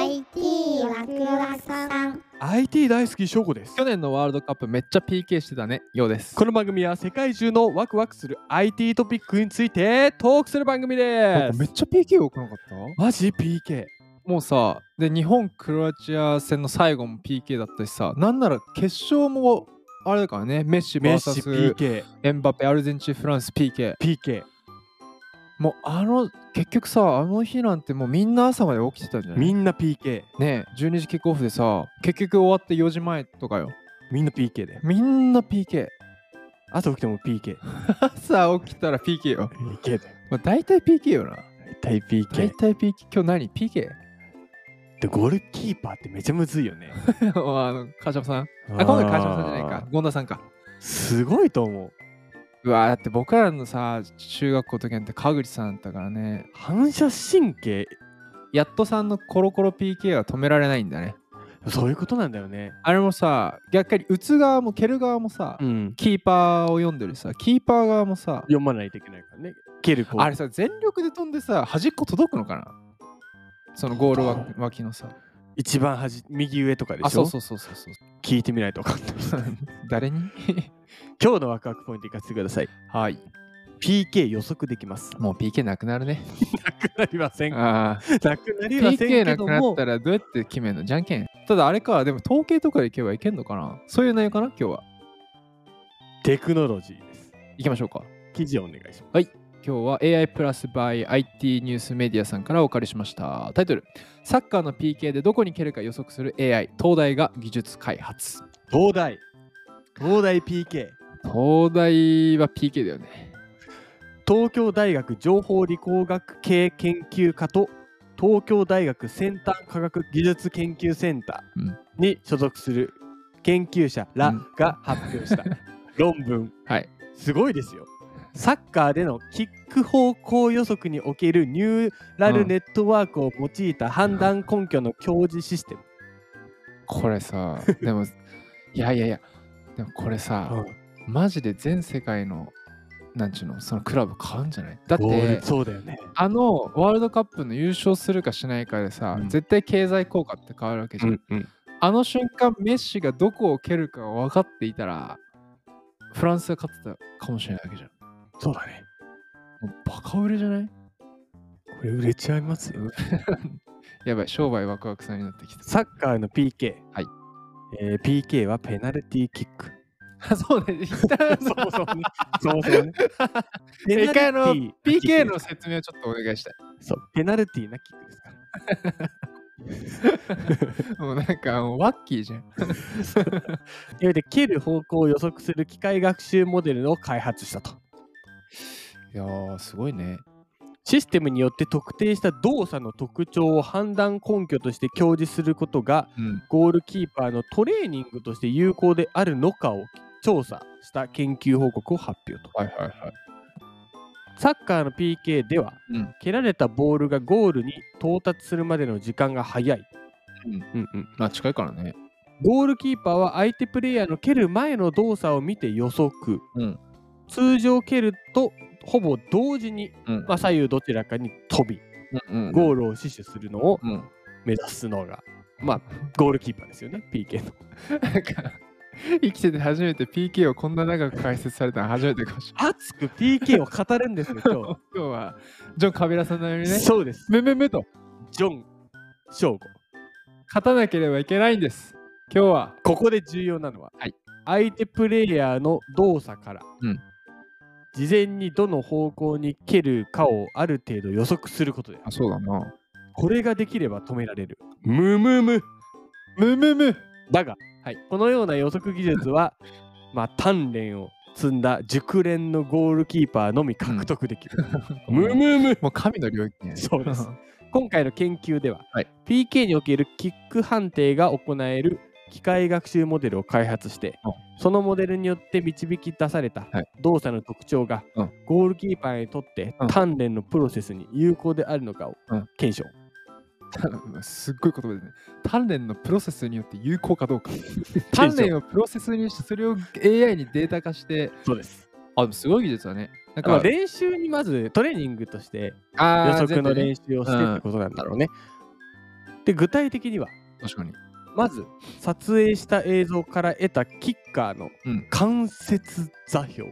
IT ワクワクさん。 IT 大好き翔吾です。 去年のワールドカップめっちゃ PK してたね、ようです。 この番組は世界中のワクワクする IT トピックについてトークする番組です。 めっちゃ PK 多くなかったマジ PK。 もうさ、で、日本、クロアチア戦の最後も PK だったしさ、なんなら決勝もあれだからね、メッシメッシ VS PK。 エムバペ、アルゼンチン、フランス PK。 PK。 もう結局さ、あの日なんてもうみんな朝まで起きてたんじゃないみんな PK。 ねえ、12時キックオフでさ、結局終わって4時前とかよ。 みんな PK で。 みんな PK。 朝起きても PK。 朝起きたら PK よ。 PK で。 まあ、大体 PK よな。 大体 PK。 大体 PK。今日何 ?PK? で、ゴールキーパーってめちゃむずいよね。 川島さん今回川島さんじゃないか。権田さんか。 すごいと思う。 うわだって僕らのさ、中学校の時なんて川口さんだったからね。 反射神経。 やっとさんのコロコロ PK は止められないんだね。 そういうことなんだよね。 あれもさ、逆に打つ側も蹴る側もさ、キーパーを読んでるさ、キーパー側もさ、 読まないといけないからね。蹴る子。 あれさ、全力で飛んでさ、端っこ届くのかな、そのゴール脇のさ。 一番右上とかでしょ。 あ、そうそうそうそう。 聞いてみないと分かんない。 誰に今日のワクワクポイントいかせてください。 はい。 PK 予測できます。 もう PK なくなるね。 なくなりません。 あなくなりません PK けども。 なくなったらどうやって決めるの？じゃんけん。ただあれか、でも統計とかでいけばいけんのかな？そういう内容かな今日は。 テクノロジーです。 いきましょうか。 記事をお願いします。 今日は AI プラス by IT ニュースメディアさんからお借りしました。タイトル、サッカーの PK でどこに蹴るか予測する AI、東大が技術開発。 東大 PK。 東大は PK だよね。 東京大学情報理工学系研究科と東京大学先端科学技術研究センターに所属する研究者らが発表した論文。 はい。 すごいですよ。サッカーでのキック方向予測におけるニューラルネットワークを用いた判断根拠の表示システム。 これさ、でも、いや、でもこれさ、マジで全世界の、なんちゅうの、そのクラブ買うんじゃない？だって、 そうだよね。 ワールドカップの優勝するかしないかでさ、絶対経済効果って変わるわけじゃん。あの瞬間、メッシがどこを蹴るか分かっていたら、フランスが勝ってたかもしれないわけじゃん。 そうだね。 もうバカ売れじゃない？ これ売れちゃいますよ。 やばい、商売ワクワクさんになってきた。 サッカーの PK。 はい。 PK はペナルティーキック。 そうね、 そうね。 一回PK の説明をちょっとお願いしたい。 そう、ペナルティーなキックですから。 もうなんかワッキーじゃん。 で、蹴る方向を予測する機械学習モデルを開発したと。 いやー、すごいね。 システムによって特定した動作の特徴を判断根拠として表示することが、ゴールキーパーのトレーニングとして有効であるのかを調査した研究報告を発表と。サッカーの PK では、蹴られたボールがゴールに到達するまでの時間が早い。 まあ近いからね。 ゴールキーパーは相手プレイヤーの蹴る前の動作を見て予測。通常蹴るとほぼ同時に、左右どちらかに飛び、ゴールを死守するのを目指すのが、ゴールキーパーですよね、PK の。 生きてて初めて PK をこんな長く解説されたの初めてかもしれない。 熱く PK を語るんですよ、今日。 今日はジョン・カビラさんのようにね。 そうです。 めと。 ジョン・ショーゴ。 勝たなければいけないんです。今日は。 ここで重要なのは、相手プレイヤーの動作から、事前にどの方向に蹴るかをある程度予測することで。 そうだな。 これができれば止められる。だが、このような予測技術は、鍛錬を積んだ熟練のゴールキーパーのみ獲得できる。 もう神の領域ね。 そうです。今回の研究では、PK におけるキック判定が行える機械学習モデルを開発して、そのモデルによって導き出された動作の特徴が、ゴールキーパーにとって鍛錬のプロセスに有効であるのかを検証。 すっごい言葉ですね。鍛錬のプロセスによって有効かどうか。鍛錬をプロセスにして、それを AI にデータ化して。 そうです。 でもすごい技術だね。 なんか練習にまずトレーニングとして予測の練習をしてってことなんだろうね。 で、具体的には、 確かに。 まず撮影した映像から得たキッカーの関節座標、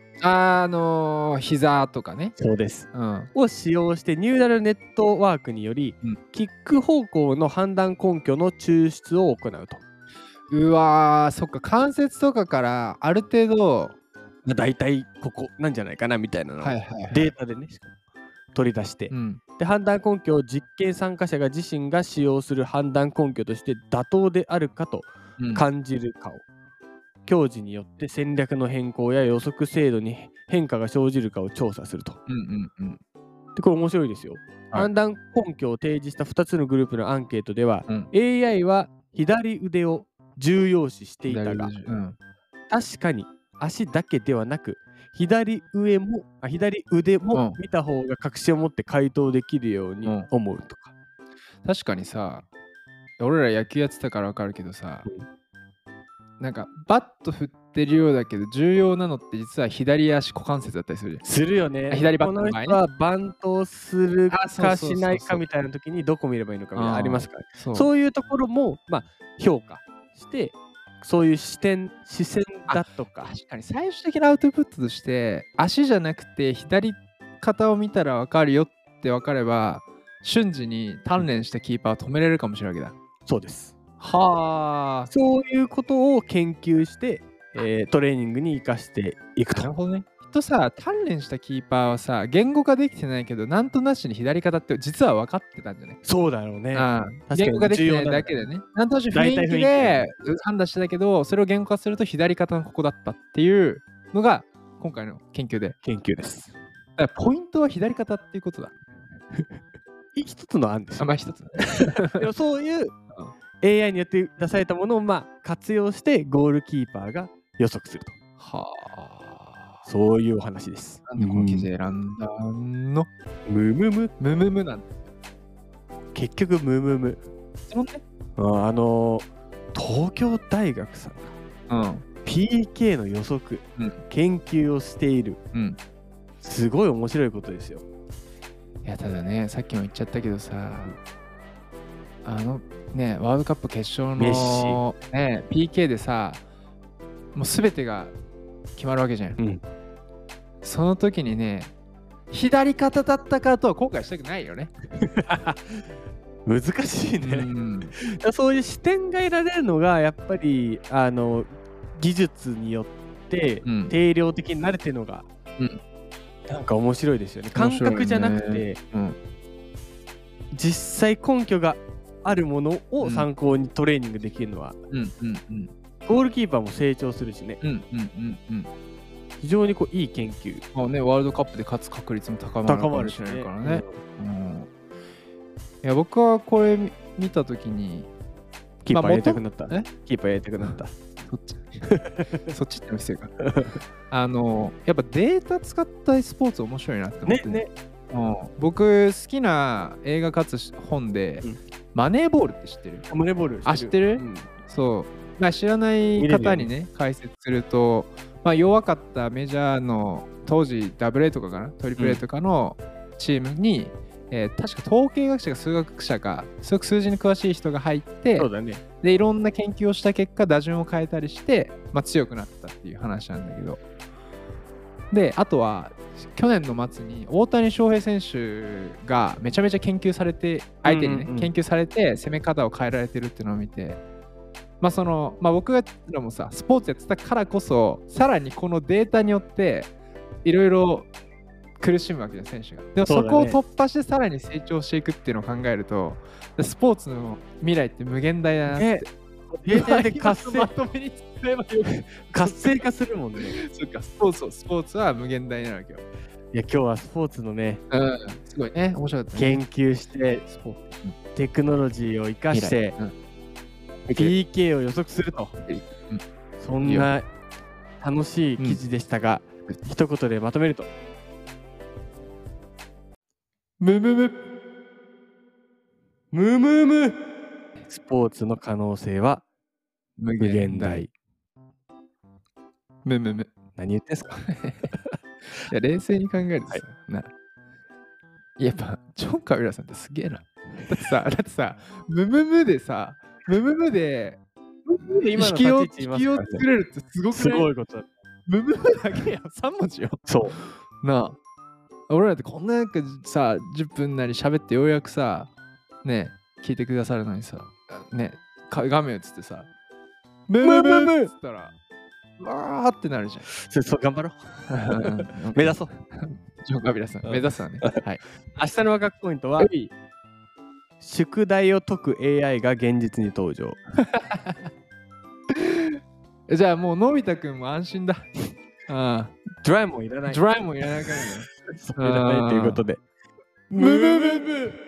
膝とかね。 そうです。 うん。 を使用してニューラルネットワークにより、キック方向の判断根拠の抽出を行うと。 うわー、そっか、関節とかからある程度、 だいたいここなんじゃないかなみたいなのをはいはいはいデータでね、取り出して、で判断根拠を実験参加者が自身が使用する判断根拠として妥当であるかと感じるかを、教授によって戦略の変更や予測精度に変化が生じるかを調査すると。でこれ面白いですよ。判断根拠を提示した2つのグループのアンケートでは、AI は左腕を重要視していたが、確かに足だけではなく左腕も見た方が確信を持って回答できるように思うとか。 確かにさ、俺ら野球やってたから分かるけどさ、なんかバット振ってるようだけど重要なのって実は左足股関節だったりするじゃん。 するよね。 左バットの前ね。 この人はバントをするかしないかみたいな時にどこ見ればいいのかみたいなのありますから、そういうところも評価して、そういう視線だとか。 確かに最終的なアウトプットとして足じゃなくて左肩を見たら分かるよって分かれば、瞬時に鍛錬したキーパーを止めれるかもしれないわけだ。 そうです。 はあ。 そういうことを研究して、トレーニングに生かしていくと。 なるほどね。きっとさ、鍛錬したキーパーはさ、言語化できてないけど、なんとなしに左肩って実は分かってたんじゃない？ そうだろうね。 言語化できてないだけでね。なんとなし雰囲気で判断してたけど、それを言語化すると左肩のここだったっていうのが今回の研究です。 だからポイントは左肩っていうことだ。 一つの案です。 一つ。 でもそういうAI によって出されたものを活用してゴールキーパーが予測すると。 はあ。そういうお話です。 なんでこの記事選んだの？ ムムムなんだ。 結局ムムム。東京大学さんが PK の予測、研究をしている。すごい面白いことですよ。 いやただね、さっきも言っちゃったけどさ、ワールドカップ決勝のね PK でさ、もう全てが決まるわけじゃん。その時にね、左肩だったかとは後悔したくないよね。 難しいね。そういう視点が得られるのがやっぱり技術によって定量的になるっていうのが、なんか面白いですよね。感覚じゃなくて、実際根拠があるものを参考にトレーニングできるのは、ゴールキーパーも成長するしね。非常にいい研究。 ワールドカップで勝つ確率も高まるかもしれないからね。いや僕はこれ見たときにキーパーやりたくなった。キーパーやりたくなった。 そっちって店がやっぱデータ使ったスポーツ面白いなって思ってね。僕好きな映画かつ本で、マネーボールって知ってる？ マネーボール知ってる？そう。知らない方にね解説すると、弱かったメジャーの当時ダブル A とかかな、トリプル A とかのチームに、確か統計学者か数学者かすごく数字に詳しい人が入って、でいろんな研究をした結果打順を変えたりして、強くなったっていう話なんだけど、であとは去年の末に大谷翔平選手がめちゃめちゃ研究されて、相手にね、研究されて攻め方を変えられてるっていうのを見て、僕らもさスポーツやってたからこそさらにこのデータによっていろいろ苦しむわけじゃん、選手が。でもそこを突破してさらに成長していくっていうのを考えると、スポーツの未来って無限大だなって。 データでまとめに使えばよく活性化するもんね。 そっか、スポーツは無限大なわけよ。 いや今日はスポーツのね、 すごいね、面白かった、 研究してテクノロジーを生かして、PK を予測すると、そんな楽しい記事でしたが、一言でまとめると、ムムスポーツの可能性は無限大。何言ってんすか？ いや冷静に考えるとさ、やっぱジョン・カビラさんってすげえな。 だってさ、ムムムで今の引きを立ち位置言いますからね作れるってすごくすない？ ごいことだ。 ムムムだけやん、3文字よ。 そう。 なあ。俺らってこんななんかさ、10分なり喋ってようやくさ、ね、聞いてくださるのにさ、ね、画面映ってさ、ムムムっつったら、わーってなるじゃん。 そう頑張ろう。目指そう。 ジョン・ガビラさん、目指すわね。はい。 明日のワクワクポイントは、宿題を解く AI が現実に登場。 じゃあもうのび太くんも安心だ。あドライもいらない。 ドライもいらないからね。 それいらないということで。 ムムムム